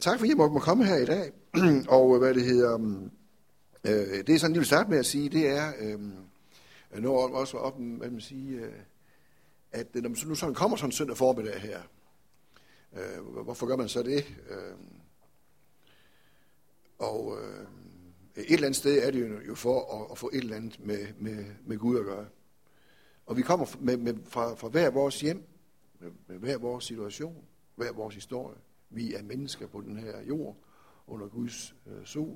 Tak fordi jeg må komme her i dag. Og hvad det hedder, det er sådan, jeg vil starte med at sige, det er, når også op, hvad man siger, at når man nu sådan kommer sådan en søndag formiddag her, hvorfor gør man så det? Og et eller andet sted er det jo for at få et eller andet med Gud at gøre. Og vi kommer fra hver vores hjem, med hver vores situation, hver vores historie. Vi er mennesker på den her jord, under Guds sol.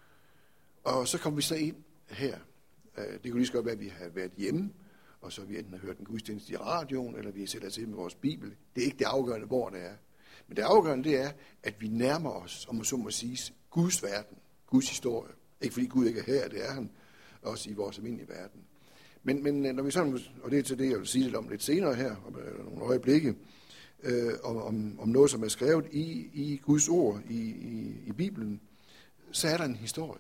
Og så kommer vi så ind her. Det kunne lige så godt være, at vi har været hjemme, og så vi enten har hørt en gudstjeneste i radioen, eller vi sætter til med vores bibel. Det er ikke det afgørende, hvor det er. Men det afgørende, det er, at vi nærmer os, om man så må sige, Guds verden, Guds historie. Ikke fordi Gud ikke er her, det er han, også i vores almindelige verden. Men når vi sådan, og det er til det, jeg vil sige lidt om lidt senere her, om nogle øjeblikke, om noget, som er skrevet i Guds ord, i Bibelen, så er der en historie.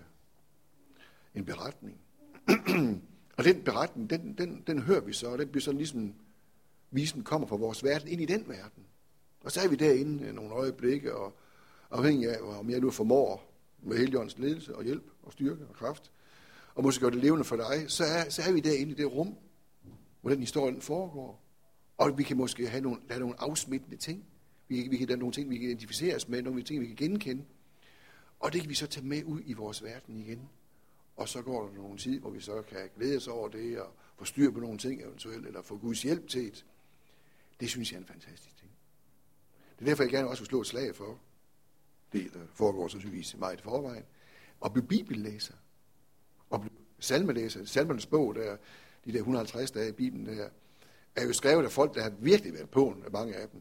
En beretning. Og den beretning, den hører vi så, og den bliver sådan ligesom, visen kommer fra vores verden ind i den verden. Og så er vi derinde nogle øjeblikke, og afhængig af, om jeg nu formår med Helligåndens ledelse og hjælp og styrke og kraft, og måske gøre det levende for dig, så er vi derinde i det rum, hvor den historie den foregår. Og vi kan måske have nogle afsmittende ting. Vi kan have nogle ting, vi kan identificere os med, nogle ting, vi kan genkende. Og det kan vi så tage med ud i vores verden igen. Og så går der nogle tid, hvor vi så kan glæde os over det, og få styr på nogle ting eventuelt, eller få Guds hjælp til det. Det synes jeg er en fantastisk ting. Det er derfor, jeg gerne også vil slå et slag for, det der foregår sandsynligvis meget i forvejen, og blive bibellæser, og blive salmelæser. Salmernes bog, der, de der 150 dage i Bibelen der, er jo skrevet af folk, der har virkelig været på, af mange af dem.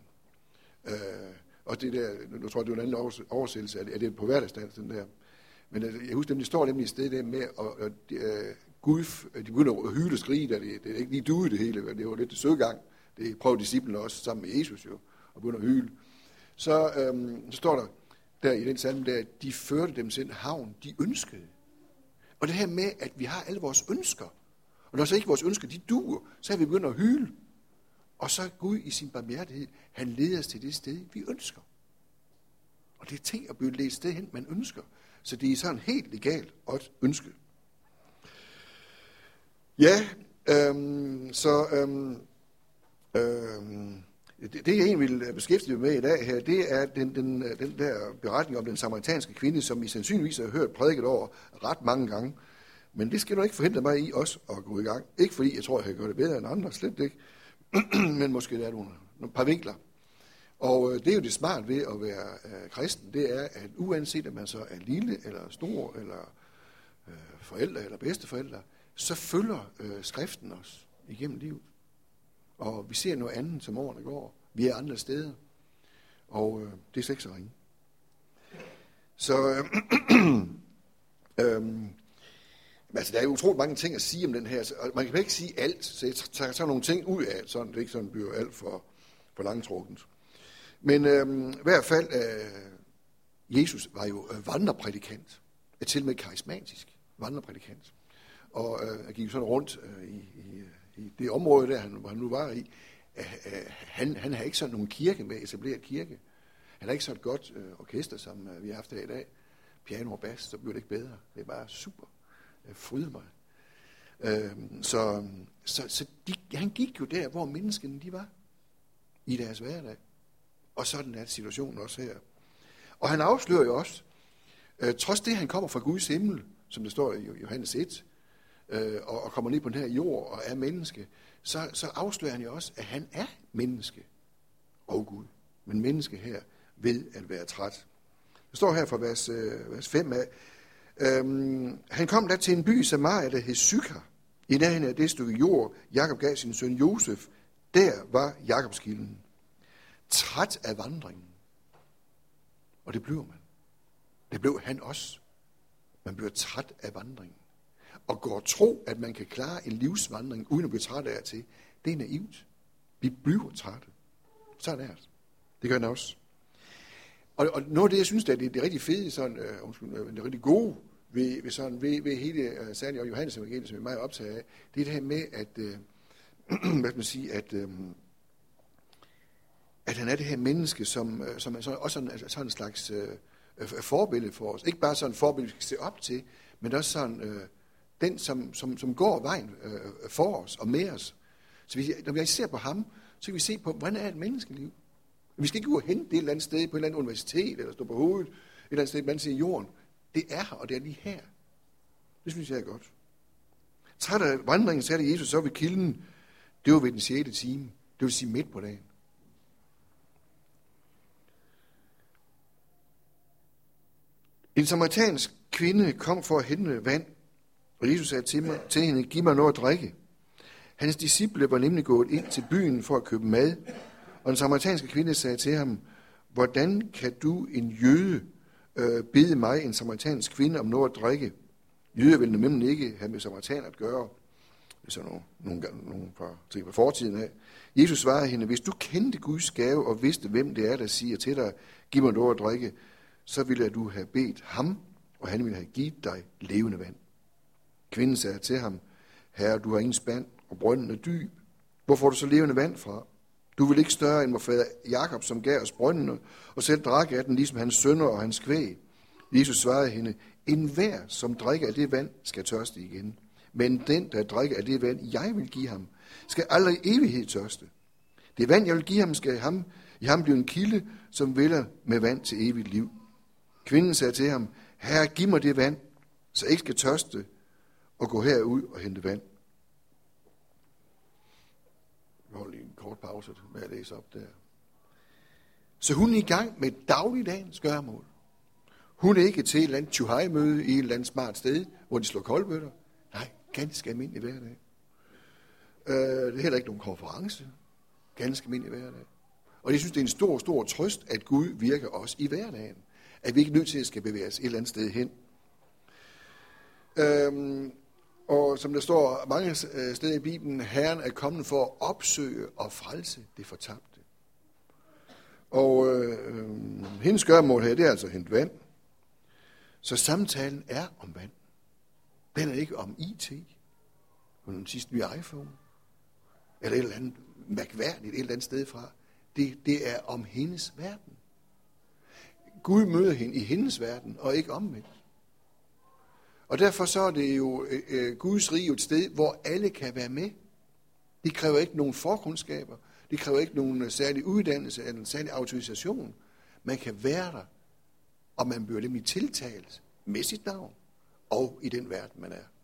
Og det der, nu tror jeg, det er en anden oversættelse af det på hverdagsdansk, den der. Men jeg husker dem, de står nemlig i stedet der med, og Gud, de begynder at hyle og skrige, der det er ikke lige duede det hele, det var lidt søgang. Det prøver disciplene også sammen med Jesus jo, og begynder at hyle. Så står der i den salme der, at de førte dem til en havn, de ønskede. Og det her med, at vi har alle vores ønsker, og når så ikke vores ønsker, de duer, så er vi begyndt at hyle. Og så Gud i sin barmhjertighed, han leder os til det sted, vi ønsker. Og det er ting at blive ledt sted hen, man ønsker. Så det er sådan helt legalt at ønske. Ja, det jeg egentlig vil beskæftige mig med i dag her, det er den der beretning om den samaritanske kvinde, som I sandsynligvis har hørt prædiket over ret mange gange. Men det skal du ikke forhindre mig i også at gå i gang. Ikke fordi jeg tror, jeg kan gøre det bedre end andre, slet ikke. Men måske der er nogle par vinkler. Og det er jo det smart ved at være kristen, det er, at uanset om man så er lille eller stor, eller forældre eller bedsteforældre, så følger skriften os igennem livet. Og vi ser noget andet, som årene går. Vi er andre steder. Og det er slet ikke så ringe. Så altså, der er jo utroligt mange ting at sige om den her. Og man kan ikke sige alt, så jeg tager så nogle ting ud af, sådan det ikke sådan bliver alt for langtrukket. Men i hvert fald, Jesus var jo vandreprædikant, til og med karismatisk vandreprædikant. Og gik sådan rundt i det område, der han nu var i. Han har ikke sådan nogen kirke med, etableret kirke. Han har ikke så et godt orkester, som vi har haft her i dag. Piano og bas, så bliver det ikke bedre. Det er bare super. Jeg fryder mig. Han gik jo der, hvor menneskene de var i deres hverdag. Og sådan er situationen også her. Og han afslører jo også, trods det, han kommer fra Guds himmel, som det står i Johannes 1, og kommer ned på den her jord og er menneske, så afslører han jo også, at han er menneske og Gud. Men menneske her ved at være træt. Det står her fra vers 5 af. Han kom der til en by i Samaria, der hed Sychar. I nærheden af det stykke jord, Jakob gav sin søn Josef. Der var Jakobskilden. Træt af vandringen. Og det bliver man. Det blev han også. Man bliver træt af vandringen. Og går tro, at man kan klare en livsvandring, uden at blive træt af til, det er naivt. Vi bliver trætte. Sådan er det. Det gør han også. Og noget af det, jeg synes, der det er rigtig fede, sådan, det er rigtig gode ved hele særligt og Johannes evangeliet, som vi er meget optaget af, det er det her med, at, hvad skal man sige, at han er det her menneske, som er også sådan en slags forbillede for os. Ikke bare sådan et forbillede, vi skal se op til, men også sådan den, som går vejen for os og med os. Så når vi ser på ham, så kan vi se på, hvordan er et menneskeliv. Vi skal ikke gå og hente det et eller andet sted på et eller andet universitet, eller stå på hovedet, et eller andet sted, et eller andet sted i jorden. Det er her, og det er lige her. Det synes jeg er godt. Træt af vandringen, satte Jesus så ved kilden. Det var ved den 6. time. Det vil sige midt på dagen. En samaritansk kvinde kom for at hente vand, og Jesus sagde til hende, giv mig noget at drikke. Hans disciple var nemlig gået ind til byen for at købe mad, og den samaritanske kvinde sagde til ham, hvordan kan du, en jøde, bede mig, en samaritansk kvinde, om noget at drikke? Jøder vil nemlig ikke have med samaritaner at gøre. Det er så nogle par ting fra fortiden af. Jesus svarede hende, hvis du kendte Guds gave og vidste, hvem det er, der siger til dig, giv mig noget at drikke, så ville du have bedt ham, og han ville have givet dig levende vand. Kvinden sagde til ham, herre, du har ingen spand, og brønden er dyb. Hvor får du så levende vand fra? Du vil ikke større end vor fader Jakob, som gav os brønden, og selv drak af den, ligesom hans sønner og hans kvæg. Jesus svarede hende, enhver, som drikker af det vand, skal tørste igen. Men den, der drikker af det vand, jeg vil give ham, skal aldrig i evighed tørste. Det vand, jeg vil give ham, skal i ham blive en kilde, som vælger med vand til evigt liv. Kvinden sagde til ham, herre, giv mig det vand, så jeg ikke skal tørste og gå herud og hente vand. Jeg holder lige en kort pause med at læse op der. Så hun er i gang med dagligdagens gøremål. Hun er ikke til et eller andet tjuhaj-møde i et eller andet smart sted, hvor de slår koldbøtter. Nej, ganske almindelig hverdag. Det er heller ikke nogen konference. Ganske almindelig hverdag. Og jeg synes, det er en stor, stor trøst, at Gud virker også i hverdagen. At vi ikke er nødt til at skal bevæge os et eller andet sted hen. Og som der står mange steder i Bibelen, Herren er kommet for at opsøge og frelse det fortabte. Og hendes gøremål her, det er altså at hente vand. Så samtalen er om vand. Den er ikke om IT, på den sidste nye iPhone, eller et eller andet mærkværdigt et eller andet sted fra. Det er om hendes verden. Gud møder hende i hendes verden, og ikke omvendt. Og derfor så er det jo Guds rige et sted, hvor alle kan være med. De kræver ikke nogen forkundskaber. De kræver ikke nogen særlig uddannelse eller en særlig autorisation. Man kan være der, og man bliver nemlig tiltalt med sit navn og i den verden, man er.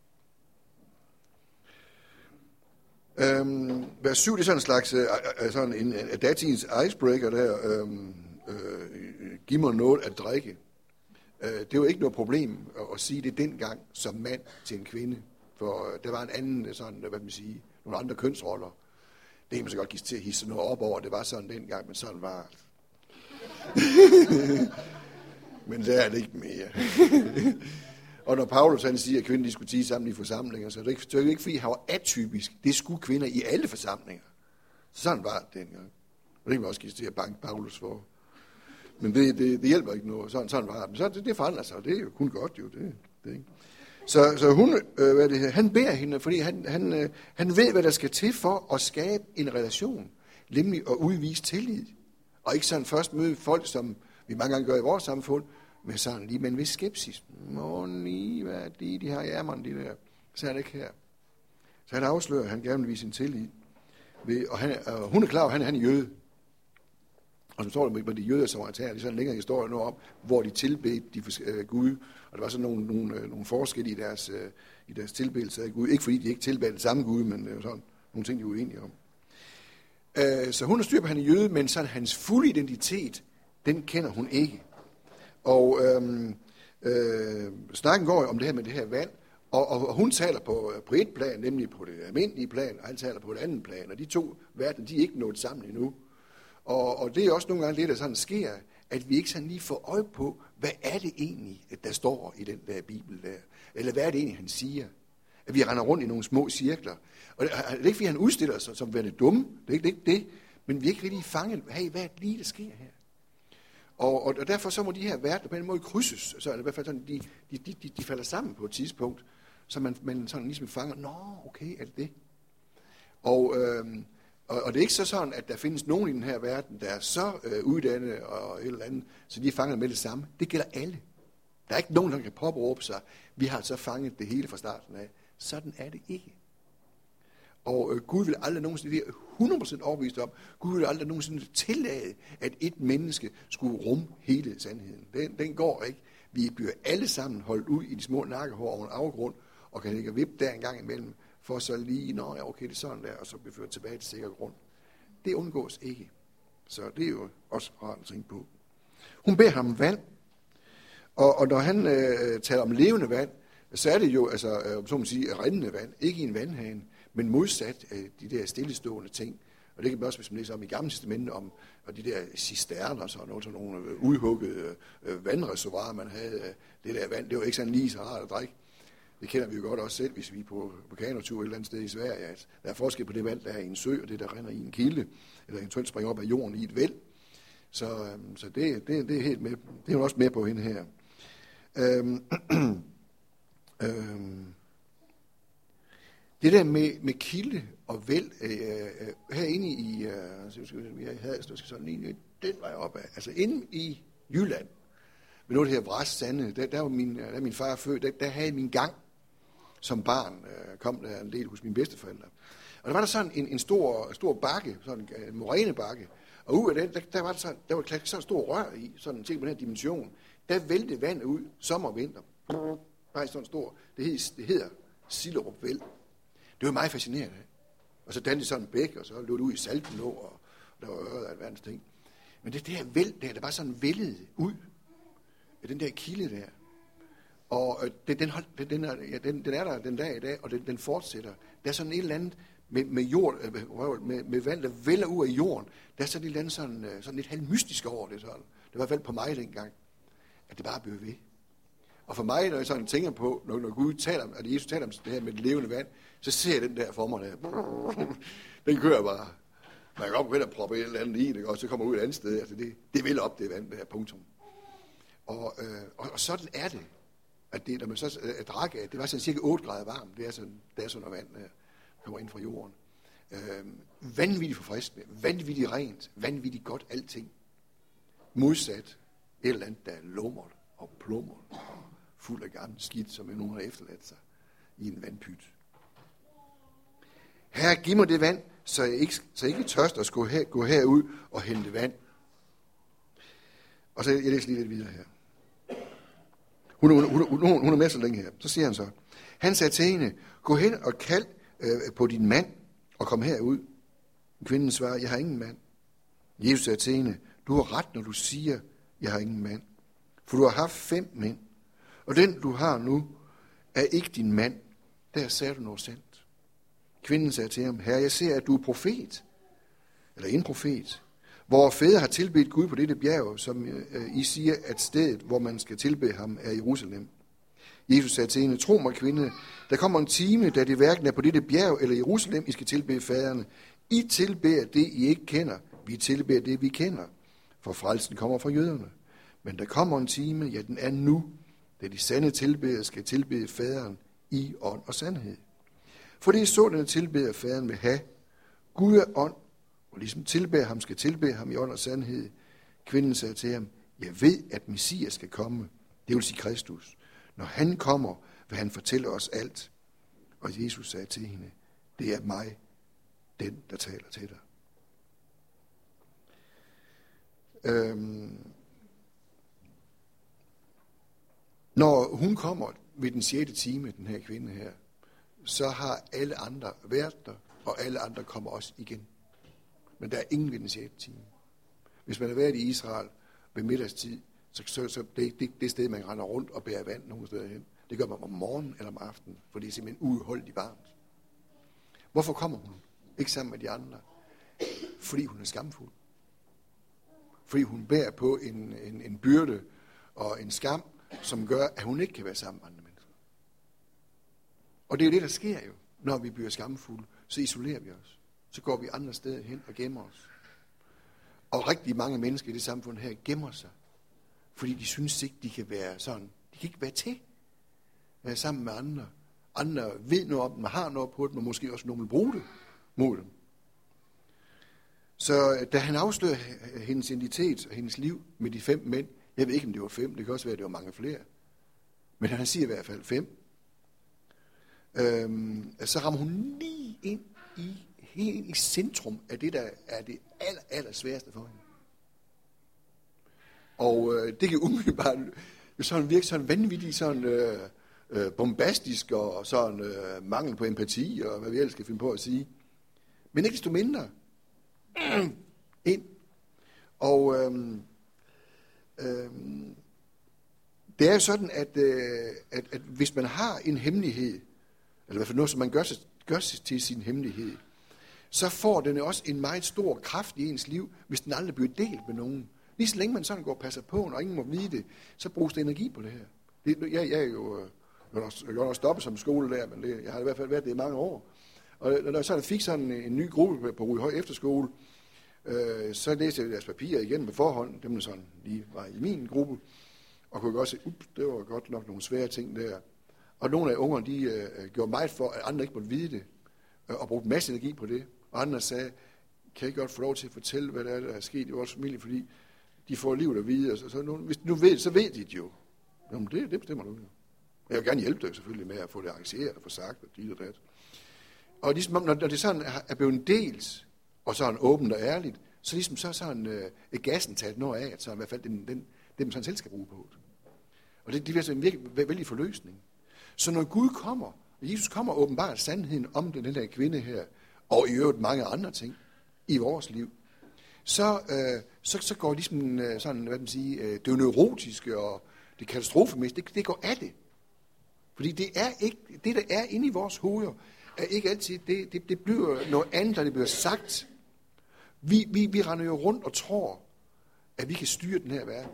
Vers 7, det er sådan en slags sådan en datidens icebreaker der. Giv mig noget at drikke. Det var ikke noget problem at sige det dengang som mand til en kvinde, for der var en anden, sådan, hvad man sige, nogle andre kønsroller. Det kan man så godt give til at hisse noget op over, det var sådan dengang, men sådan var det. Men der er det ikke mere. Og når Paulus han siger, at kvinden de skulle tie sammen i forsamlinger, så er det ikke fordi han var atypisk. Det skulle kvinder i alle forsamlinger. Sådan var det dengang. Og det kan man også give til at banke Paulus for. Men det hjælper ikke noget. Sådan var det. Så det forandrer sig, og det er jo kun godt jo. Det ikke? Så hun, han beder hende, fordi han ved, hvad der skal til for at skabe en relation. Nemlig at udvise tillid. Og ikke sådan først møde folk, som vi mange gange gør i vores samfund, med sådan lige med en vis skepsis. Hvad er de har i ærmerne, de der. Så er det ikke her. Så han afslører, at han gerne vil vise sin tillid. Og hun er klar over, at han er jøde. Og så står der med de jøder, som er taget, det er sådan en længere historie nu om, hvor de tilbedte Gud. Og der var sådan nogle forskelle i deres tilbedelse af Gud. Ikke fordi de ikke tilbedte det samme Gud, men sådan nogle ting, de var uenige om. Så hun har styr på, han er jøde, men sådan hans fulde identitet, den kender hun ikke. Og snakken går om det her med det her vand, og hun taler på et plan, nemlig på det almindelige plan, og han taler på et andet plan, og de to verdener, de er ikke nået sammen endnu. Og det er også nogle gange det, der sådan sker, at vi ikke sådan lige får øje på, hvad er det egentlig, der står i den der bibel der, eller hvad er det egentlig, han siger. At vi render rundt i nogle små cirkler. Og det er ikke, fordi han udstiller sig som værende dumme, det er ikke det, men vi er ikke rigtig fanget, hey, hvad er det lige, der sker her? Og derfor så må de her verdener på en måde krydses, så i hvert fald sådan, de falder sammen på et tidspunkt, så man sådan ligesom fanger, nå, okay, er det det? Og Og det er ikke så sådan, at der findes nogen i den her verden, der er så uddannet og et eller andet, så de er fanget med det samme. Det gælder alle. Der er ikke nogen, der kan påberåbe sig, vi har så fanget det hele fra starten af. Sådan er det ikke. Og Gud vil aldrig nogensinde, det er 100% overbevist om, Gud vil aldrig nogensinde tillade, at et menneske skulle rumme hele sandheden. Den går ikke. Vi bliver alle sammen holdt ud i de små nakkehår over en afgrund, og kan ikke vippe der en gang imellem, for så lige, nå ja, okay, det er sådan der, og så bliver ført tilbage til sikker grund. Det undgås ikke. Så det er jo også rart at tænke på. Hun beder ham vand, og når han taler om levende vand, så er det jo, altså, som man siger, rindende vand, ikke i en vandhane, men modsat de der stillestående ting. Og det kan man også, hvis man læser om i Gamle Testamentet, om og de der cisterner, så nogle udhuggede vandreservoirer, man havde. Det der vand, det var ikke sådan lige så rart at drikke. Det kender vi jo godt også selv, hvis vi er på kanotur et eller andet sted i Sverige. At der er forskel på det vand, der er i en sø, og det, der render i en kilde, eller eventuelt springer op af jorden i et væld. Så det er helt med. Det er jo også med på hende her. Det der med kilde og væld, herinde i, den vej opad, altså inde i Jylland, med noget, der hedder Vrast Sande, der var min far født, der havde min gang som barn, kom der en del hos mine bedsteforældre. Og der var der sådan en stor bakke, sådan en morænebakke, og ud af den, der var sådan en stor rør i, sådan til på den her dimension. Der væltede vandet ud, sommer og vinter. Bare sådan stor. Det hedder Sillerup Væld. Det var meget fascinerende. Og så dannede sådan en bæk, og så løb det ud i Saltenå, og der var øret af alverdens ting. Men det der væld der bare sådan vældede ud af den der kilde der. Og den er der den dag i dag, og den fortsætter. Der er sådan et eller andet med jord, med vand, der vælder ud af jorden. Der er sådan et eller andet sådan lidt halvmystisk over det sådan. Det var i hvert fald på mig dengang, at det bare blev ved. Og for mig, når jeg sådan tænker på, når Gud taler om, at Jesus taler om det her med det levende vand, så ser jeg den der for mig der. Den kører bare. Man kan godt begynde at proppe et eller andet i det, og så kommer ud et andet sted. Altså det vil op, det vand der, punktum. Og sådan er det. At det, når man så drak af, det var sådan cirka 8 grader varmt. Det er sådan noget vand, der kommer ind fra jorden. Vanvittigt forfriskende, vanvittigt rent, vanvittigt godt alting. Modsat et eller andet, der er lummert og plummer og fuld af gammel skidt, som nogen har efterladt sig i en vandpyt. Herre, giv mig det vand, så jeg ikke tørster at gå herud og hente vand. Og så jeg læser lige lidt videre her. Hun er med så længe her. Så siger han så, han sagde til hende, gå hen og kald på din mand og kom herud. Kvinden svarer, jeg har ingen mand. Jesus sagde til hende, du har ret, når du siger, jeg har ingen mand. For du har haft 5 mænd, og den du har nu er ikke din mand. Der sagde du noget sandt. Kvinden sagde til ham, herre, jeg ser, at du er profet, eller en profet. Vore fædre har tilbedt Gud på dette bjerg, som I siger, at stedet, hvor man skal tilbede ham, er Jerusalem. Jesus sagde til hende, tro mig, kvinde, der kommer en time, da det hverken er på dette bjerg eller Jerusalem, I skal tilbede faderne. I tilbeder det, I ikke kender. Vi tilbeder det, vi kender. For frelsen kommer fra jøderne. Men der kommer en time, ja, den er nu, da de sande tilbedere skal tilbede faderen i ånd og sandhed. For det er sådanne tilbeder faderen vil have. Gud er ånd, og ligesom tilbeder ham, skal tilbede ham i ånd og sandhed. Kvinden sagde til ham, jeg ved, at Messias skal komme, det vil sige Kristus. Når han kommer, vil han fortælle os alt. Og Jesus sagde til hende, det er mig, den, der taler til dig. Når hun kommer ved den 6. time, den her kvinde her, så har alle andre været der, og alle andre kommer også igen. Men der er ingen ved den 6. time. Hvis man har været i Israel ved middagstid, så det sted, man render rundt og bærer vand nogle steder hen, det gør man om morgenen eller om aftenen, for det er simpelthen uudholdeligt varmt. Hvorfor kommer hun ikke sammen med de andre? Fordi hun er skamfuld. Fordi hun bærer på en byrde og en skam, som gør, at hun ikke kan være sammen med andre mennesker. Og det er jo det, der sker jo, når vi bliver skamfulde. Så isolerer vi os. Så går vi andre steder hen og gemmer os. Og rigtig mange mennesker i det samfund her gemmer sig, fordi de synes ikke, de kan være sådan. De kan ikke være til være sammen med andre. Andre ved noget om dem, har noget på dem, og måske også nogen vil bruge det mod dem. Så da han afslører hendes identitet og hendes liv med de 5 mænd, jeg ved ikke, om det var 5, det kan også være, at det var mange flere, men han siger i hvert fald 5, så rammer hun lige ind helt i centrum af det, der er det aller sværeste for hende. Og det kan umiddelbart sådan virke sådan vanvittigt, sådan bombastisk og sådan mangel på empati og hvad vi ellers skal finde på at sige. Men ikke desto mindre ind. Og det er jo sådan, at hvis man har en hemmelighed, eller i hvert fald noget, som man gør til sin hemmelighed, så får den også en meget stor kraft i ens liv, hvis den aldrig bliver delt med nogen. Lige så længe man sådan går og passer på, og ingen må vide det, så bruges der energi på det her. Jeg er jo jeg har også stoppet som skolelærer, men jeg har i hvert fald været det i mange år. Og når jeg så fik sådan en ny gruppe på Ryhøj Efterskole, så læste jeg deres papirer igen på forhånd, dem der sådan lige var i min gruppe, og kunne godt se, det var godt nok nogle svære ting der. Og nogle af ungerne, de gjorde meget for, at andre ikke måtte vide det, og brugte masse energi på det. Og andre sagde, kan jeg godt få lov til at fortælle, hvad der er sket i vores familie, fordi de får livet at vide. Så hvis du nu ved, så ved de det jo. Jamen, det bestemmer du jo. Jeg vil gerne hjælpe dig selvfølgelig med at få det arrangeret og få sagt, og dit og dat. Og ligesom, når det sådan er blevet en dels, og sådan åbent og ærligt, så ligesom så sådan gassen taget noget af, så i hvert fald det man sådan selv skal bruge på. Og det bliver så en virkelig vældig forløsning. Så når Gud kommer, og Jesus kommer åbenbart sandheden om den her kvinde her, og i øvrigt mange andre ting i vores liv, så går ligesom sådan, hvad man siger, det neurotiske og det katastrofemæssige, det går af det. Fordi det er ikke, det der er inde i vores hoveder, er ikke altid, det bliver noget andet, der det bliver sagt. Vi render jo rundt og tror, at vi kan styre den her verden.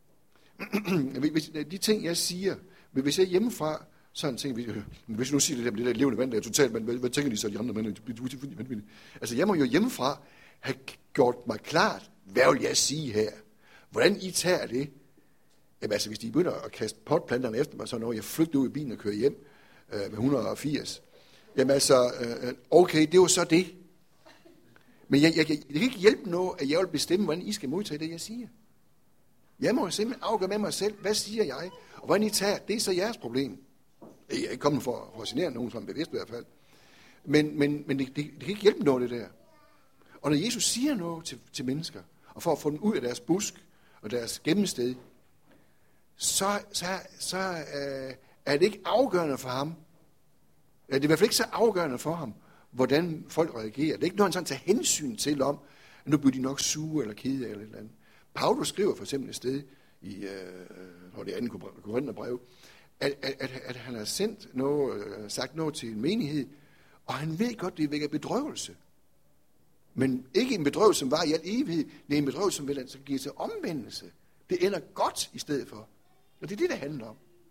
De ting, jeg siger, hvis jeg hjemmefra, sådan ting, hvis jeg nu siger det der levende vand, der er totalt, men hvad tænker de så, de andre mænd? Altså, jeg må jo hjemmefra have gjort mig klart, hvad vil jeg sige her? Hvordan I tager det? Jamen altså, hvis de begynder at kaste potplanterne efter mig, så når jeg flygter ud i bilen og kører hjem med 180, jamen altså, okay, det var så det. Men jeg kan ikke hjælpe noget, at jeg vil bestemme, hvordan I skal modtage det, jeg siger. Jeg må simpelthen afgøre med mig selv, hvad siger jeg, og hvordan I tager, det er så jeres problem. Jeg er ikke kommet for at genere nogen, som bevidst i hvert fald. Men det kan ikke hjælpe noget, det der. Og når Jesus siger noget til mennesker, og for at få dem ud af deres busk og deres gemmested, så er det ikke afgørende for ham. Det er i hvert fald ikke så afgørende for ham, hvordan folk reagerer. Det er ikke noget, han sådan tager hensyn til om, at nu bliver de nok sure eller kede eller et eller andet. Paulus skriver for eksempel et sted i det andet Korintherbrev, at han har sendt noget, sagt noget til en menighed, og han ved godt, det vækker bedrøvelse. Men ikke en bedrøvelse, som var i al evighed, men en bedrøvelse, som vil altså give til omvendelse. Det ender godt i stedet for. Og det er det, det handler om.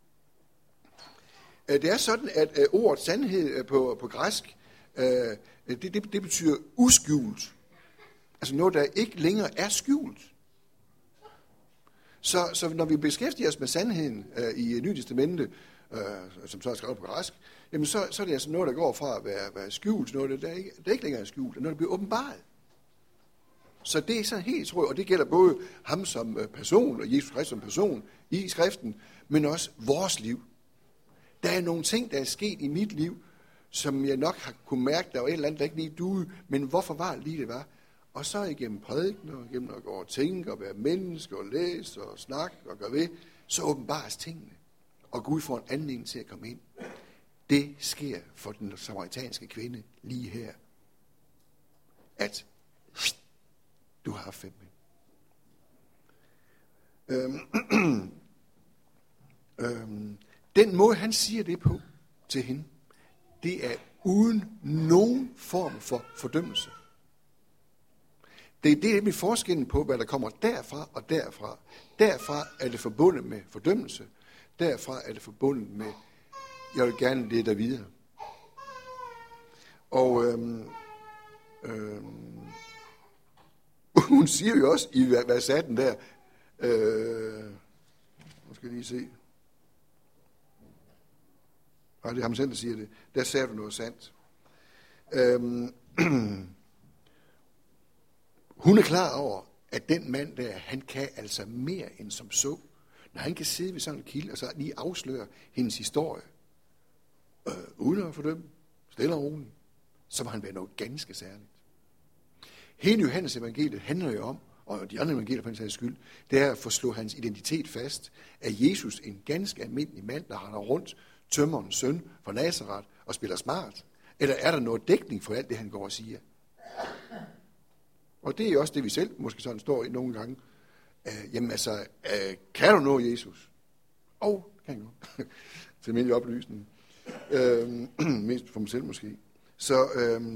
Det er sådan, at ordet sandhed på græsk, det betyder uskjult. Altså noget, der ikke længere er skjult. Så når vi beskæftiger os med sandheden i Nye Testamente, som så er skrevet på græsk, jamen så er det altså noget, der går fra at være skjult, noget, der ikke længere er skjult, og noget, der bliver åbenbaret. Så det er sådan helt, tror jeg, og det gælder både ham som person, og Jesus Kristus som person i skriften, men også vores liv. Der er nogle ting, der er sket i mit liv, som jeg nok har kunne mærke, der var et eller andet, der ikke lige duede, men hvorfor var det lige, det var? Og så igennem prædiken, og igennem at gå og tænke, og være menneske, og læse, og snakke, og gøre ved, så åbenbares tingene. Og Gud får en anledning til at komme ind. Det sker for den samaritanske kvinde lige her. At du har 5 mænd. Den måde, han siger det på til hende, det er uden nogen form for fordømmelse. Det er med forskellen på, hvad der kommer derfra og derfra. Derfra er det forbundet med fordømmelse. Derfra er det forbundet med, jeg vil gerne lede dig videre. Og hun siger jo også i versaten der, nu skal jeg lige se. Nej, det er ham selv, der siger det. Der sagde du noget sandt. Hun er klar over, at den mand der, han kan altså mere end som så. Når han kan sidde ved sådan en kilde, og så lige afsløre hendes historie, uden at fordømme, stille og roligt, så må han være noget ganske særligt. Hele Johannes evangeliet handler jo om, og de andre evangelier for en sags skyld, det er at få slå hans identitet fast. Er Jesus en ganske almindelig mand, der render rundt, tømmerens søn fra Nazareth og spiller smart? Eller er der noget dækning for alt det, han går og siger? Og det er også det, vi selv måske sådan står i nogle gange. Jamen altså, kan du nå Jesus? Kan jeg jo. Til almindelig oplysning. Mest for mig selv måske. Så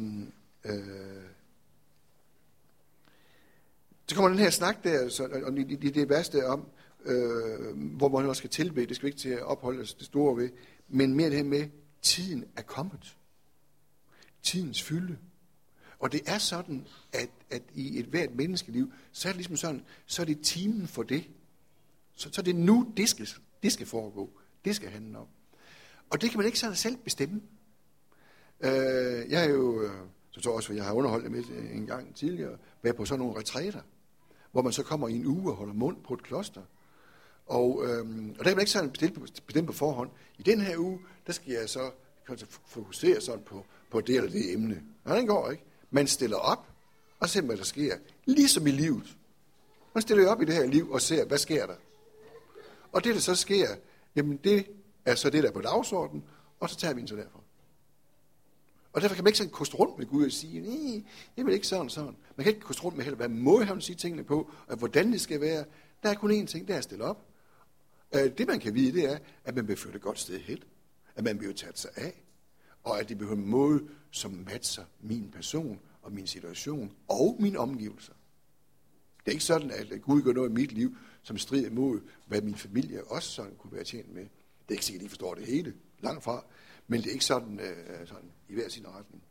så kommer den her snak der, og det værste om, hvor man også skal tilbede, det skal vi ikke til at opholde os det store ved, men mere det her med, tiden er kommet. Tidens fylde. Og det er sådan, at i et hvert menneskeliv, så er det ligesom sådan, så er det timen for det. Så er det nu, det skal foregå. Det skal handle om. Og det kan man ikke sådan selv bestemme. Jeg er jo, så tror jeg også, for jeg har underholdt med en gang tidligere, været på sådan nogle retræter, hvor man så kommer i en uge og holder mund på et kloster. Og der kan man ikke sådan bestemme på forhånd. I den her uge, der skal jeg så fokusere sådan på det eller det emne. Og den går ikke. Man stiller op, og ser, hvad der sker. Ligesom i livet. Man stiller jo op i det her liv og ser, hvad sker der. Og det, der så sker, jamen det er så det, der er på dagsordenen, og så tager vi den så derfra. Og derfor kan man ikke sådan koste rundt med Gud og sige, nej, det er ikke sådan. Man kan ikke koste rundt med heller, hvad måde han sige tingene på, og hvordan det skal være. Der er kun én ting, der er at stille op. Det man kan vide, det er, at man bliver ført et godt sted hen. At man bliver taget sig af. Og at det bliver en måde, som matcher min person og min situation og mine omgivelser. Det er ikke sådan, at Gud gør noget i mit liv, som strider imod, hvad min familie også sådan kunne være tjent med. Det er ikke sikkert, at de forstår det hele, langt fra. Men det er ikke sådan, sådan i hver sin retning.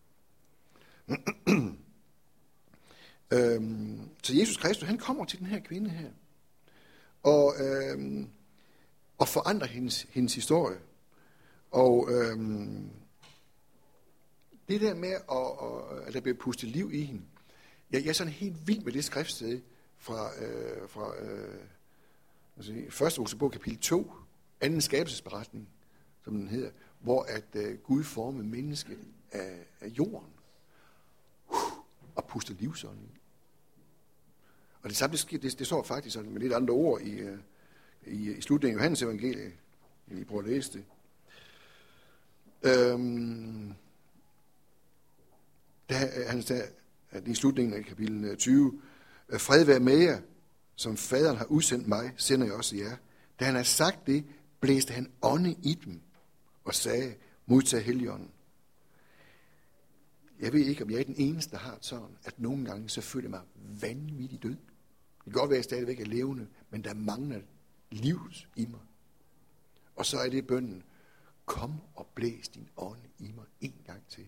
Så Jesus Kristus, han kommer til den her kvinde her. Og forandrer hendes historie. Og det der med, at der bliver pustet liv i hende. Jeg er sådan helt vild med det skriftsted fra første Mosebog kapitel 2, anden skabelsesberetning, som den hedder, hvor at Gud formede mennesket af jorden og puster livsånden i. Og det samme, det står faktisk sådan med lidt andre ord i slutningen af Johannes evangeliet. I prøver at læse det. Han sagde, at i slutningen af kapitel 20, fred være med jer, som faderen har udsendt mig, sender jeg også jer. Da han har sagt det, blæste han ånde i dem og sagde, modtag Helligånden. Jeg ved ikke, om jeg er den eneste, der har sådan, at nogle gange så føler jeg mig vanvittigt død. Det kan godt være, at jeg stadigvæk er levende, men der mangler livet i mig. Og så er det bønnen, kom og blæs din ånd i mig en gang til.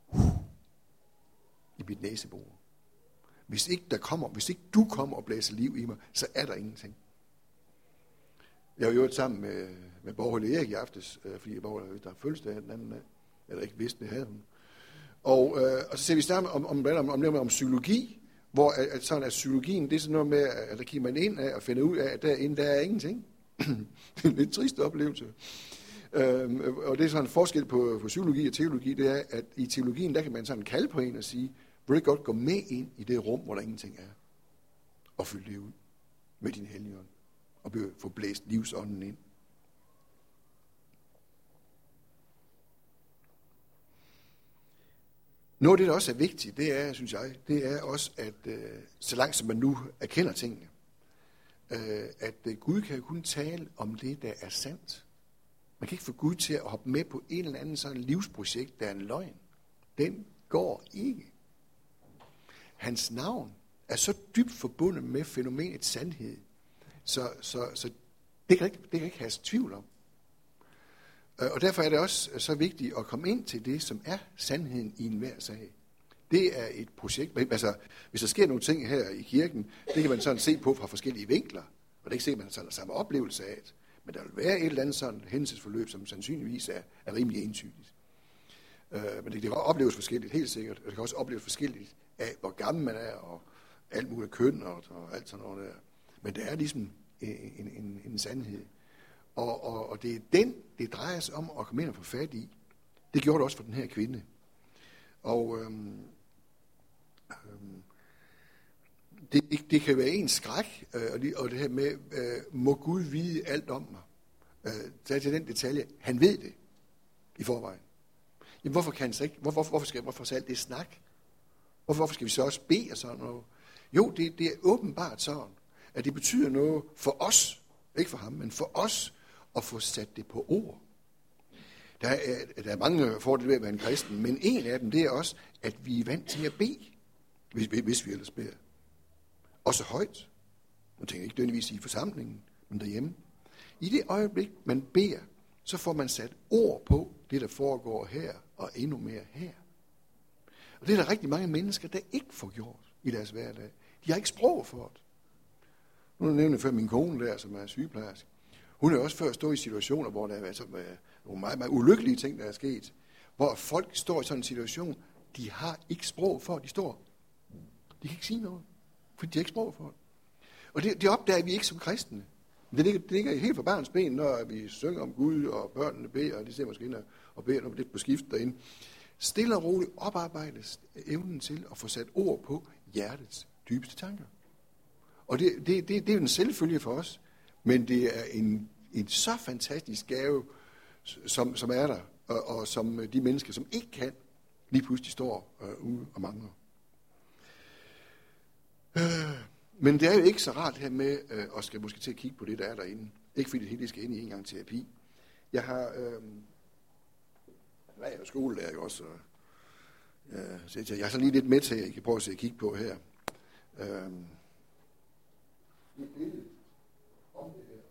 I mit næsebord. Hvis ikke du kommer og blæser liv i mig, så er der ingenting. Jeg var jo sammen med Borgholde Erik i aftes, fordi Borgholde der har fødselsdag den anden dag, eller ikke vidste, det havde hun. Og så ser vi snart om psykologi, hvor at psykologien, det er sådan noget med, at der kigger man ind af og finder ud af, at derinde der er ingenting. Det er en lidt trist oplevelse. Og det er sådan en forskel på psykologi og teologi, det er, at i teologien, der kan man sådan kalde på en og sige, vil du godt gå med ind i det rum, hvor der ingenting er, og fylde det ud med din Helligånd, og få blæst livsånden ind. Noget af det, der også er vigtigt, det er, synes jeg, det er også, at så langt som man nu erkender tingene, at Gud kan kun tale om det, der er sandt. Man kan ikke få Gud til at hoppe med på en eller anden sådan livsprojekt, der er en løgn. Den går ikke. Hans navn er så dybt forbundet med fænomenet sandhed, så det kan ikke have tvivl om. Og derfor er det også så vigtigt at komme ind til det, som er sandheden i enhver sag. Det er et projekt. Altså, hvis der sker nogle ting her i kirken, det kan man sådan se på fra forskellige vinkler. Og det er ikke sikkert, at man sådan har samme oplevelse af det. Men der vil være et eller andet sådan hændelsesforløb, som sandsynligvis er rimelig entydigt. Men det kan opleves forskelligt, helt sikkert. Og det kan også opleves forskelligt af, hvor gammel man er, og alt muligt køn og alt sådan noget der. Men der er ligesom en sandhed. Og det er den, det drejer sig om at komme ind og få fat i. Det gjorde det også for den her kvinde. Og det kan være en skræk, og det her med, må Gud vide alt om mig. Så er til den detalje, han ved det i forvejen. Jamen hvorfor kan han så ikke, hvorfor så alt det snak? Hvorfor skal vi så også bede og sådan noget? Jo, det er åbenbart sådan, at det betyder noget for os, ikke for ham, men for os, at få sat det på ord. Der er mange fordele ved at være en kristen, men en af dem, det er også, at vi er vant til at bede, hvis vi ellers beder. Også højt. Man tænker ikke nødvendigvis i forsamlingen, men derhjemme. I det øjeblik, man beder, så får man sat ord på det, der foregår her, og endnu mere her. Og det er der rigtig mange mennesker, der ikke får gjort i deres hverdag. De har ikke sprog for det. Nu nævner jeg før min kone der, som er sygeplejerske. Hun er også før stået i situationer, hvor der er nogle meget, meget ulykkelige ting, der er sket. Hvor folk står i sådan en situation, de har ikke sprog for, de står. De kan ikke sige noget, for de har ikke sprog for det. Og det opdager vi ikke som kristne. Det ligger helt fra barns ben, når vi synger om Gud, og børnene beder, og de ser måske ind og beder lidt på skift derinde. Stille og roligt oparbejdes evnen til at få sat ord på hjertets dybeste tanker. Og det er jo en selvfølge for os, men det er en så fantastisk gave, som er der, og som de mennesker, som ikke kan, lige pludselig står ude og mangler. Men det er jo ikke så rart her med, at skal måske til at kigge på det, der er derinde. Ikke fordi det hele skal ind i en gang terapi. Jeg har jeg er skolelærer jo også, så jeg har så lige lidt med til, at jeg kan prøve at kigge på her. Et billede om det her.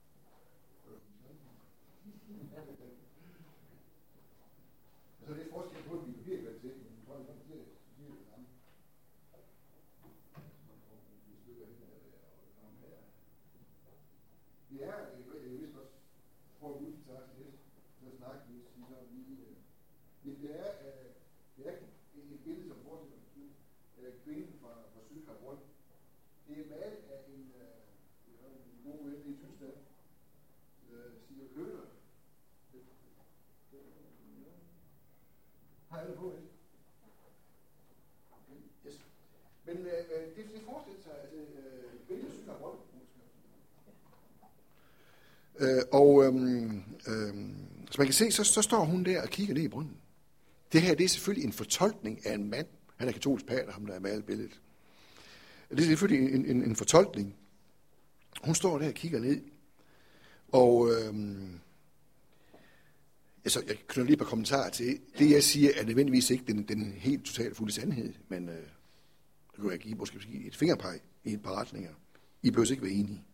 Altså det er forskel på et papirkvalitet, men jeg tror, det er det samme. Det er, jeg vidste også, prøv at udtage lidt, så snakke lidt, så lige, det er et billede, som forestiller kvinden fra Sydkarbrøn. Det er malet af en god ven i Tyskland, Sigurd Køhler. Har alle på det? Yes. Men det forestiller sig, at kvinden fra Sydkarbrøn. Som man kan se, så står hun der og kigger ned i brunnen. Det her, det er selvfølgelig en fortolkning af en mand. Han er katolsk pater, ham der er malet billedet. Det er selvfølgelig en fortolkning. Hun står der og kigger ned. Og jeg knytter lige et par kommentarer til. Det jeg siger er nødvendigvis ikke den helt totalt fulde sandhed, men det kunne jeg give måske et fingerpeg i et par retninger. I behøver ikke være enige.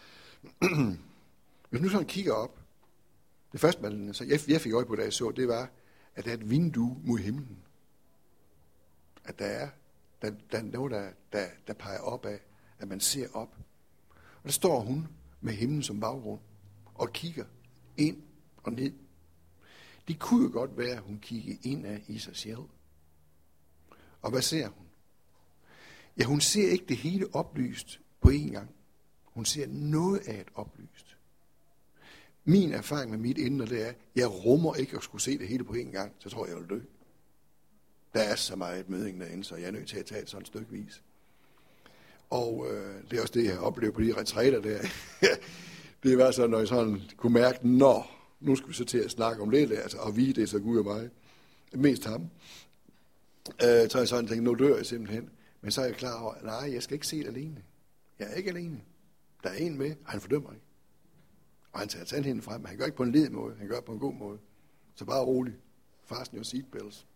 Hvis nu sådan kigger op, det første, jeg fik øje på, da jeg så, det var, at der er et vindue mod himlen. At der er noget, der peger op af, at man ser op. Og der står hun med himlen som baggrund og kigger ind og ned. Det kunne jo godt være, at hun kiggede indad i sig selv. Og hvad ser hun? Ja, hun ser ikke det hele oplyst på én gang. Hun ser noget af et oplyst. Min erfaring med mit indre, det er, at jeg rummer ikke at skulle se det hele på én gang, så tror jeg vil dø. Der er så meget møding derinde, så jeg er nødt til at tage et sådan stykvis. Og det er også det, jeg har oplevet på de retræter der. Det var så, når jeg sådan kunne mærke, nu skal vi så til at snakke om det, altså, og vi, det er så Gud og mig. Mest ham. Så har jeg sådan tænkt, nu dør jeg simpelthen. Men så er jeg klar over, nej, jeg skal ikke se det alene. Jeg er ikke alene. Der er en med, og han fordømmer ikke. Og han tager tandhænden frem, men han gør ikke på en led måde, han gør på en god måde. Så bare rolig. Fasten your seatbelts.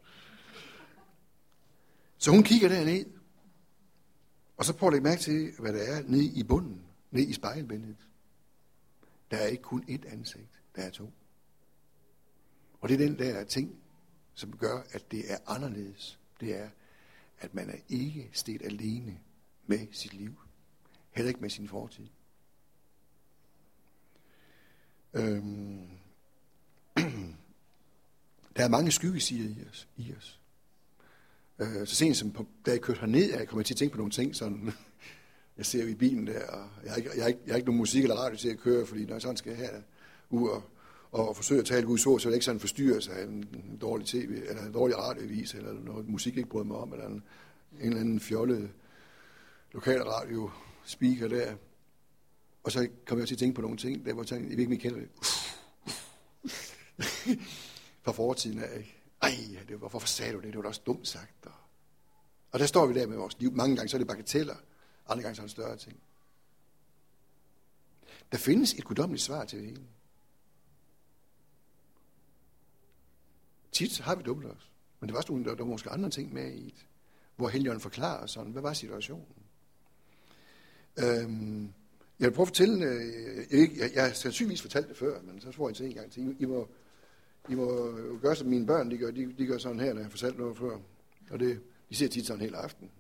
Så hun kigger derned, og så prøver at lægge mærke til, hvad der er nede i bunden, nede i spejlbilledet. Der er ikke kun ét ansigt, der er to. Og det er den der ting, som gør, at det er anderledes. Det er, at man er ikke stedt alene med sit liv. Heller ikke med sin fortid. Der er mange skyggesider i os. Så sent som da jeg kørte herned, jeg kom til at tænke på nogle ting, sådan, jeg ser jo i bilen der, og jeg har ikke nogen musik eller radio til at køre, fordi når jeg sådan skal have ud og forsøge at tale Guds ord, så er det ikke sådan en forstyrrelse af en dårlig tv, eller en dårlig radioavis, eller noget musik ikke bryder mig om, eller en eller anden fjollet lokal radio speaker der. Og så kom jeg til at tænke på nogle ting, der hvor jeg virkelig kender det. Fra fortiden af, ikke? Hvorfor sagde du det? Det var da også dumt sagt. Og der står vi der med vores liv. Mange gange så er det bagateller, andre gange så er det større ting. Der findes et guddommeligt svar til det hele. Tit har vi dummet os. Men det var også der var måske andre ting med i det, hvor Helligånden forklarer sådan, hvad var situationen? Jeg vil prøve at fortælle, jeg har sandsynligvis fortalt det før, men så får jeg til en gang til. I må gøre, som mine børn, de gør sådan her, når jeg har fortalt noget før. Og de ser tit sådan hele aften.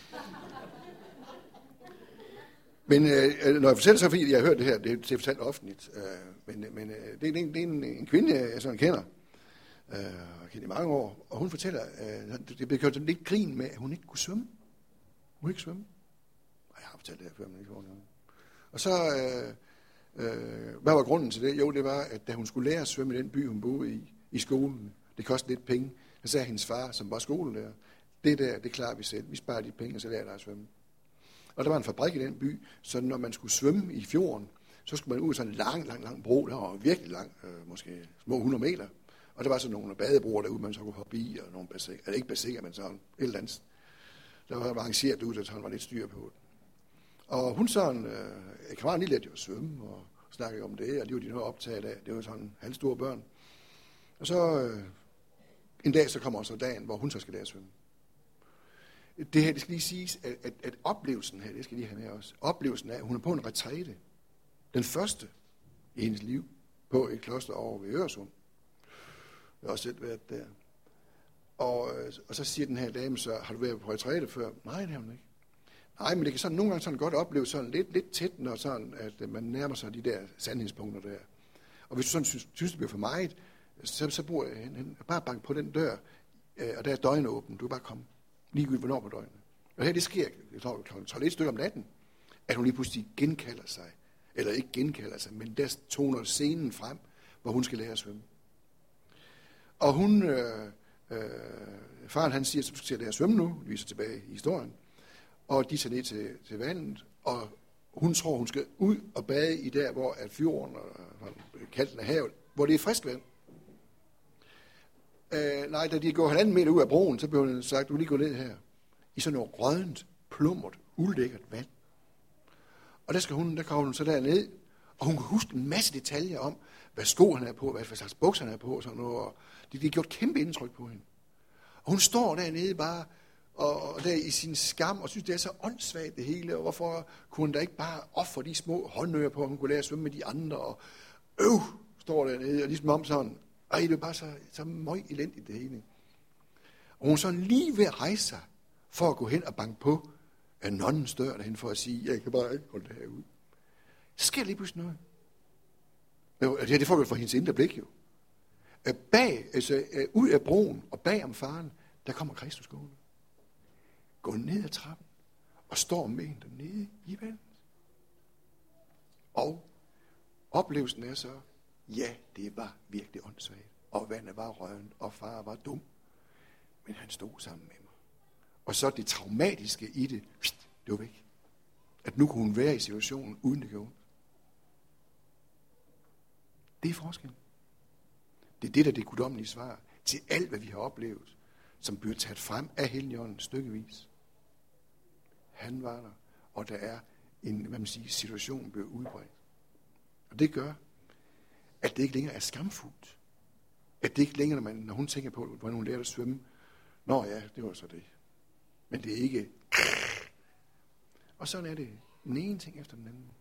Men når jeg fortæller så, fordi jeg har hørt det her, det er fortalt offentligt, men det er en kvinde, jeg sådan kender, og kender i mange år, og hun fortæller, det blev gjort lidt grin med, at hun ikke kunne svømme. Hun ikke svømme. Og jeg har fortalt det her før, men ikke får noget. Og så, hvad var grunden til det? Jo, det var, at da hun skulle lære at svømme i den by, hun boede i skolen, det kostede lidt penge, så sagde hendes far, som var skolelærer, det klarer vi selv. Vi sparer de penge, og så lærer jeg at svømme. Og der var en fabrik i den by, så når man skulle svømme i fjorden, så skulle man ud af sådan en lang bro, der var virkelig lang, måske små 100 meter. Og der var sådan nogle badebroer derude, man så kunne hoppe i, og nogle bassiner, eller ikke bassiner, men sådan et eller andet. Der var arrangeret derude, der sådan var lidt styr på det. Og hun sådan, kammeraten lige lærte jo at svømme, og snakkede om det, og det var de noget optaget af. Det var sådan halvstore børn. Og så en dag, så kommer så dagen, hvor hun så skal lære at svømme. Det her, det skal lige siges, at oplevelsen her, det skal lige have med os. Oplevelsen af, at hun er på en retræte. Den første i hendes liv på et kloster over ved Øresund. Jeg har også selv været der. Og så siger den her dame så, har du været på retræte før? Nej, det har hun ikke. Nej, men det kan sådan nogle gange sådan godt opleve sådan lidt tæt, når sådan, at man nærmer sig de der sandhedspunkter der. Og hvis du sådan synes det bliver for meget, så bruger jeg bare bank på den dør, og der er døgnet åben. Du kan bare komme. Ligegyldigt hvornår på døgnet. Og her det sker, jeg tror kl. 1 om natten, at hun lige pludselig genkalder sig. Eller ikke genkalder sig, men der toner scenen frem, hvor hun skal lære at svømme. Og hun, faren han siger, at du skal lære at svømme nu, vi er så tilbage i historien. Og de tager ned til vandet, og hun tror, hun skal ud og bade i der, hvor at fjorden og kanten af havet, hvor det er frisk vand. Nej, da de går 1,5 meter ud af broen, så blev hun sagt, du lige gå ned her, i sådan noget rødent, plummert, ulækkert vand. Og der kommer hun så derned, og hun kan huske en masse detaljer om, hvad sko han er på, hvad slags bukser han er på, og sådan noget. Og det har gjort kæmpe indtryk på hende. Og hun står dernede bare, og der i sin skam, og synes, det er så åndssvagt det hele, og hvorfor kunne hun da ikke bare ofre de små håndører på, at hun kunne lære at svømme med de andre, og står dernede, og ligesom om sådan, det er bare så møg elendigt det hele. Og hun er sådan lige ved at rejse sig, for at gå hen og banke på nonnens dør derhen, for at sige, jeg kan bare ikke holde det her ud. Så sker lige pludselig noget. Det får vi fra hendes indre blik jo. Ud af broen og bag om faren, der kommer Kristus gående. Går ned ad trappen og står med hende dernede i vandet. Og oplevelsen er så, ja, det var virkelig åndssvagt. Og vandet var rødent, og far var dum. Men han stod sammen med mig. Og så det traumatiske i det var væk. At nu kunne hun være i situationen, uden det gjorde. Det er forskellen. Det er det, der er det guddommelige svar til alt, hvad vi har oplevet, som bliver taget frem af Helligånden stykkevis. Han var der, og der er en, situation bliver udbredt. Og det gør, at det ikke længere er skamfuldt. At det ikke længere, når hun tænker på, hvordan hun lærte at svømme, nå ja, det var så det. Men det er ikke. Og sådan er det den ene ting efter den anden.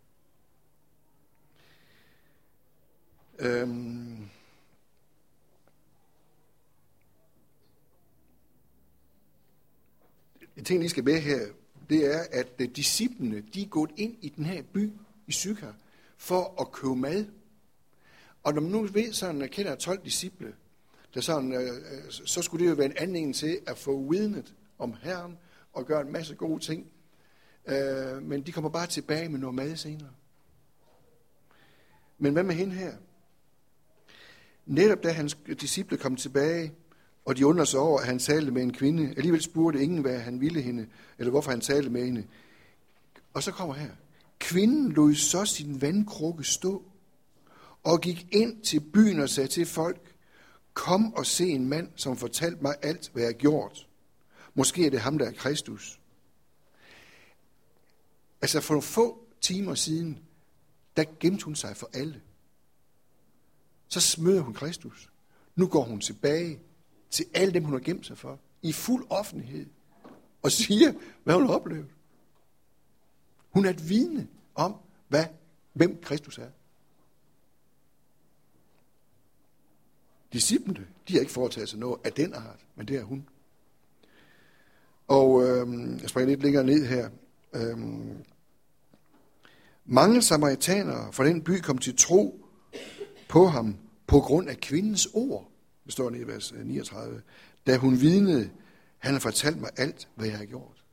En ting, I skal med her, det er, at disciplene, de er gået ind i den her by i Sychar for at købe mad. Og når man nu ved, sådan kender 12 disciple, der sådan, så skulle det jo være en anledning til at få vidnet om Herren og gør en masse gode ting. Men de kommer bare tilbage med noget mad senere. Men hvad med hende her? Netop da hans disciple kom tilbage, og de undrede sig over, at han talte med en kvinde, alligevel spurgte ingen, hvad han ville hende, eller hvorfor han talte med hende. Og så kommer her. Kvinden lod så sin vandkrukke stå, og gik ind til byen og sagde til folk, kom og se en mand, som fortalte mig alt, hvad jeg har gjort. Måske er det ham, der er Kristus. Altså for nogle få timer siden, der gemte hun sig for alle. Så møder hun Kristus. Nu går hun tilbage til alle dem, hun har gemt sig for, i fuld offentlighed, og siger, hvad hun har oplevet. Hun er et vidne om, hvem Kristus er. Disciplene, de har ikke foretaget sig noget af den art, men det er hun. Og jeg springer lidt længere ned her. Mange samaritanere fra den by kom til tro på ham på grund af kvindens ord, det står i vers 39, da hun vidnede, han har fortalt mig alt, hvad jeg har gjort.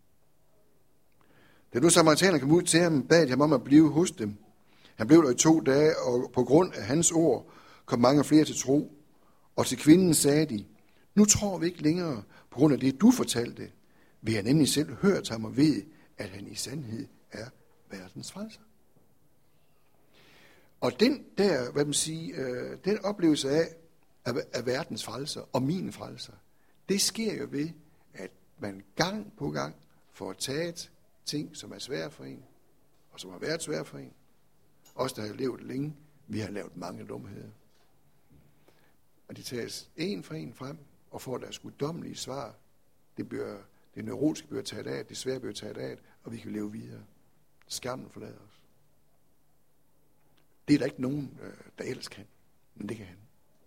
Da nu samaritanerne kom ud til ham, bad de ham om at blive hos dem. Han blev der i 2 dage, og på grund af hans ord kom mange flere til tro. Og til kvinden sagde de, nu tror vi ikke længere på grund af det, du fortalte. Vi har nemlig selv hørt ham og ved, at han i sandhed er verdens frelser. Og den der, den oplevelse af verdens frelser og min frelser, det sker jo ved, at man gang på gang får taget ting, som er svære for en, og som har været svære for en. Os, der har levet længe, vi har lavet mange dumheder. Og de tages en for en frem, og får deres guddommelige svar. Det neurotiske bliver taget af, det svære bliver taget af, og vi kan leve videre. Skammen forlader os. Det er der ikke nogen, der ellers kan, men det kan han.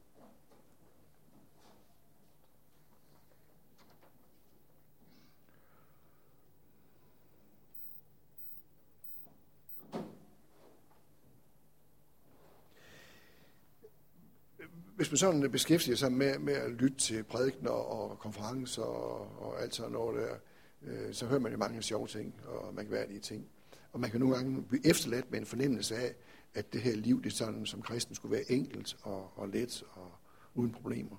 Hvis man sådan beskæftiger sig med at lytte til prædikener og konferencer og alt sådan noget der, så hører man jo mange sjove ting og mærkværdige ting. Og man kan nogle gange blive efterladt med en fornemmelse af, at det her liv, det sådan, som kristen skulle være enkelt og let og uden problemer.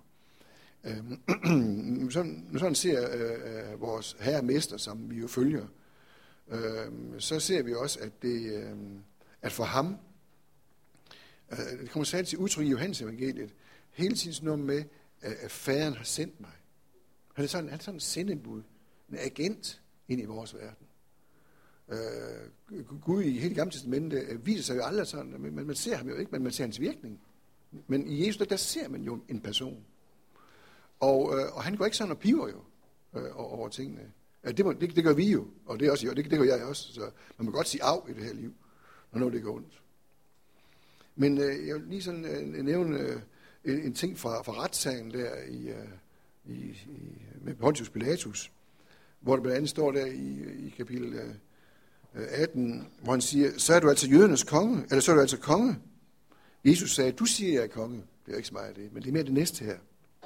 Sådan ser vores herre mester, som vi jo følger, så ser vi også, at for ham, det kommer særligt til udtryk i Johannes evangeliet, hele tiden sådan noget med, at faderen har sendt mig. Han er sådan en sendebud, en agent ind i vores verden. Gud i hele Gamle Testamentet viser sig jo aldrig sådan, man ser ham jo ikke, men man ser hans virkning. Men i Jesus, der ser man jo en person. Og han går ikke sådan og piver jo over tingene. Det gør vi jo, og det, er også, det gør jeg også. Så man må godt sige af i det her liv, når noget det går ondt. Men jeg vil lige sådan nævne en ting fra retssagen der med Pontius Pilatus, hvor der blandt andet står der i kapitel 18, hvor han siger, så er du altså jødernes konge, eller så er du altså konge. Jesus sagde, du siger, jeg er konge. Det er ikke så meget af det, men det er mere det næste her.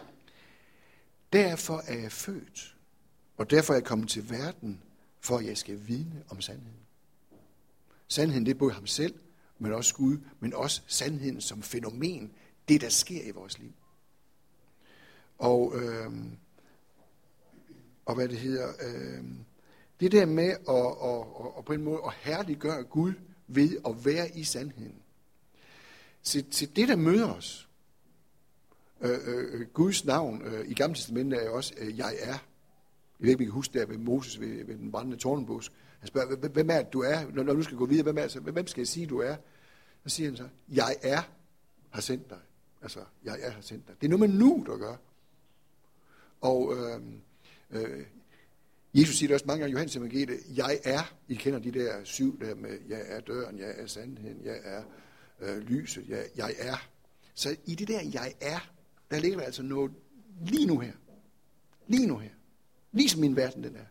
Derfor er jeg født, og derfor er jeg kommet til verden, for at jeg skal vidne om sandheden. Sandheden, det er både ham selv, men også Gud, men også sandheden som fænomen, det der sker i vores liv. Og hvad det hedder, det der med at på en måde at herliggøre Gud ved at være i sandheden. Så det, der møder os, Guds navn i Gamle Testamentet er jo også, jeg er. Jeg ved ikke, vi kan huske der ved Moses ved den brændende tårnbusk. Han spørger, hvem er det, du er? Når du skal gå videre, hvem skal jeg sige, du er? Så siger han så, jeg er har sendt dig. Altså, jeg er har sendt dig. Det er noget med nu, der gør. Og Jesus siger det også mange gange i Johannes evangeliet, jeg er, I kender de der 7 der med, jeg er døren, jeg er sandheden, jeg er lyset, jeg er. Så i det der, jeg er, der ligger der altså noget lige nu her. Lige nu her. Ligesom min verden den er.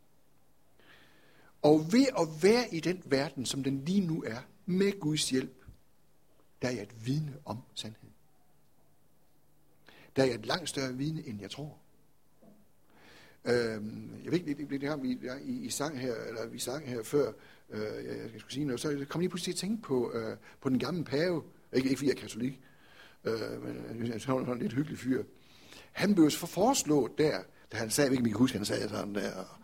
Og ved at være i den verden, som den lige nu er, med Guds hjælp, der er jeg et vidne om sandheden. Der er jeg et langt større vidne, end jeg tror. Jeg ved ikke, det har vi sang her, eller vi sang her før, jeg skulle sige noget, så kom lige pludselig til at tænke på den gamle pave, ikke fordi jeg er katolik, men han er sådan en lidt hyggelig fyr. Han blev så foreslået der, da han sagde, ikke, man kan huske, han sagde sådan der,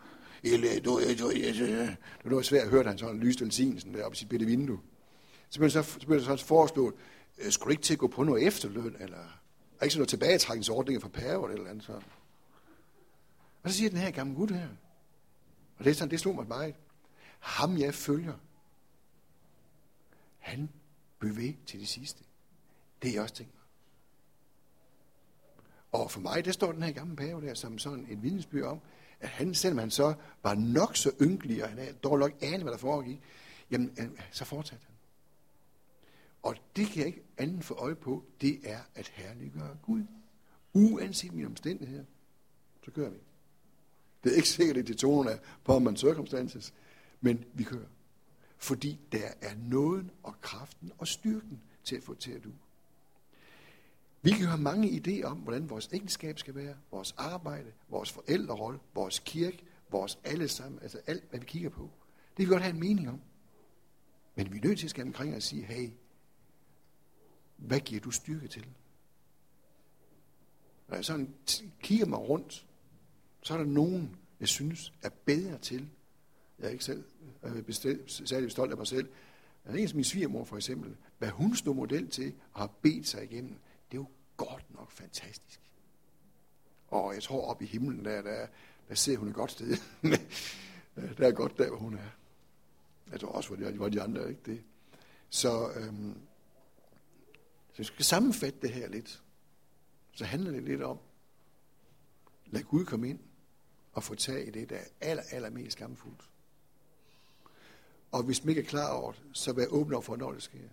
det var svært at høre, at han sådan lyste velsignelsen der oppe i sit bitte vindue. Så blev det så foreslået, skulle du ikke til at gå på noget efterløn, eller ikke sådan noget tilbagetrækningsordninger for paver, eller andet sådan. Og så siger den her gamle gut her, og det er sådan, det slog mig meget. Ham jeg følger, han blev ved til det sidste. Det er jeg også tænkt mig. Og for mig, der står den her gamle pave der, som sådan et vidnesbyrd om, at han, selvom han så var nok så ynkelig, og han havde dog nok anet, hvad der foregik, jamen, så fortsatte han. Og det kan jeg ikke andet få øje på, det er at herliggøre Gud. Uanset mine omstændigheder, så kører vi. Det er ikke sikkert, det er til tonerne på man circumstances, men vi kører. Fordi der er nåden og kraften og styrken til at få til at du. Vi kan have mange idéer om, hvordan vores ægteskab skal være, vores arbejde, vores forældrerolle, vores kirke, vores alle sammen, altså alt, hvad vi kigger på. Det kan vi godt have en mening om. Men vi er nødt til at skære omkring og sige, hey, hvad giver du styrke til? Når jeg sådan kigger mig rundt, så er der nogen, jeg synes er bedre til. Jeg er ikke selv særlig stolt af mig selv. Der er en som min svigermor for eksempel. Hvad hun stod model til og har bedt sig igennem, det er jo godt nok fantastisk. Og jeg tror op i himlen, der ser hun et godt sted. Der er godt der, hvor hun er. Jeg tror også, hvor de andre ikke det. Så jeg skal sammenfatte det her lidt. Så handler det lidt om, lad Gud komme ind og få tag i det, der er allermest skamfuldt. Og hvis man ikke er klar over det, så vær åben over for, når det sker.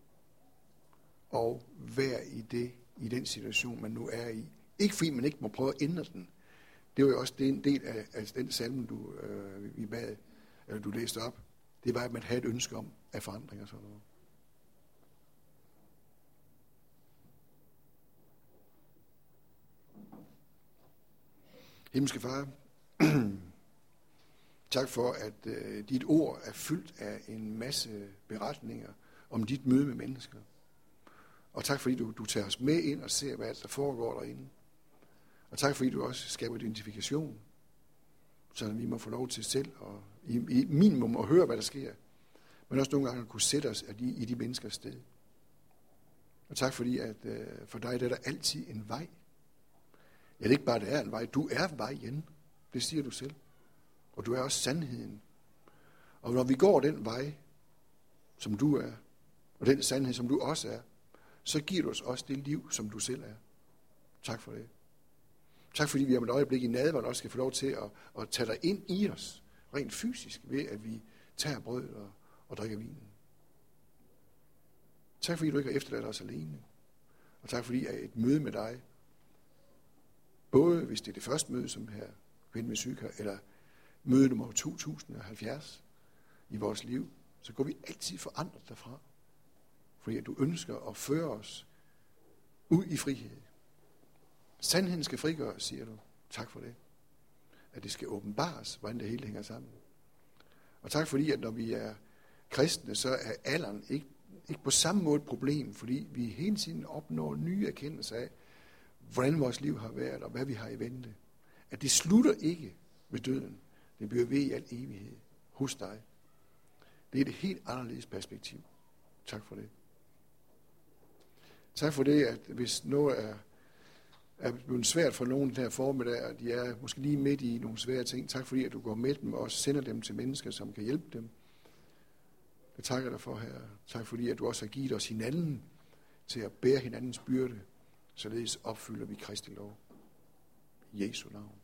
Og vær i den situation, man nu er i. Ikke fordi man ikke må prøve at ændre den. Det var jo også en del af den salme, du læste op. Det var, at man havde et ønske om af forandring og sådan noget. Himmelske Far, tak for, at dit ord er fyldt af en masse beretninger om dit møde med mennesker. Og tak fordi du tager os med ind og ser, hvad der foregår derinde. Og tak fordi du også skaber identifikation, så vi må få lov til selv og i minimum at høre, hvad der sker. Men også nogle gange at kunne sætte os i de menneskers sted. Og tak fordi, at for dig der er der altid en vej. Ja, det er ikke bare, det er en vej. Du er vejen. Det siger du selv. Og du er også sandheden. Og når vi går den vej, som du er, og den sandhed, som du også er, så giver du os også det liv, som du selv er. Tak for det. Tak fordi vi om et øjeblik i nadveren også skal få lov til at tage dig ind i os, rent fysisk, ved at vi tager brød og drikker vinen. Tak fordi du ikke har efterladt os alene. Og tak fordi at et møde med dig, både hvis det er det første møde, som her Kvinde med Syge, eller møde nummer 2070 i vores liv, så går vi altid forandret derfra. Fordi at du ønsker at føre os ud i frihed. Sandheden skal frigøres, siger du. Tak for det. At det skal åbenbares, hvordan det hele hænger sammen. Og tak fordi, at når vi er kristne, så er alderen ikke på samme måde et problem, fordi vi hele tiden opnår nye erkendelser af, hvordan vores liv har været, og hvad vi har i vente. At det slutter ikke ved døden. Det bliver ved i al evighed hos dig. Det er et helt anderledes perspektiv. Tak for det. Tak for det, at hvis noget er blevet svært for nogen den her formiddag, og de er måske lige midt i nogle svære ting, tak fordi, at du går med dem og også sender dem til mennesker, som kan hjælpe dem. Det takker dig for her. Tak fordi, at du også har givet os hinanden til at bære hinandens byrde, således opfylder vi Kristi lov. I Jesu navn.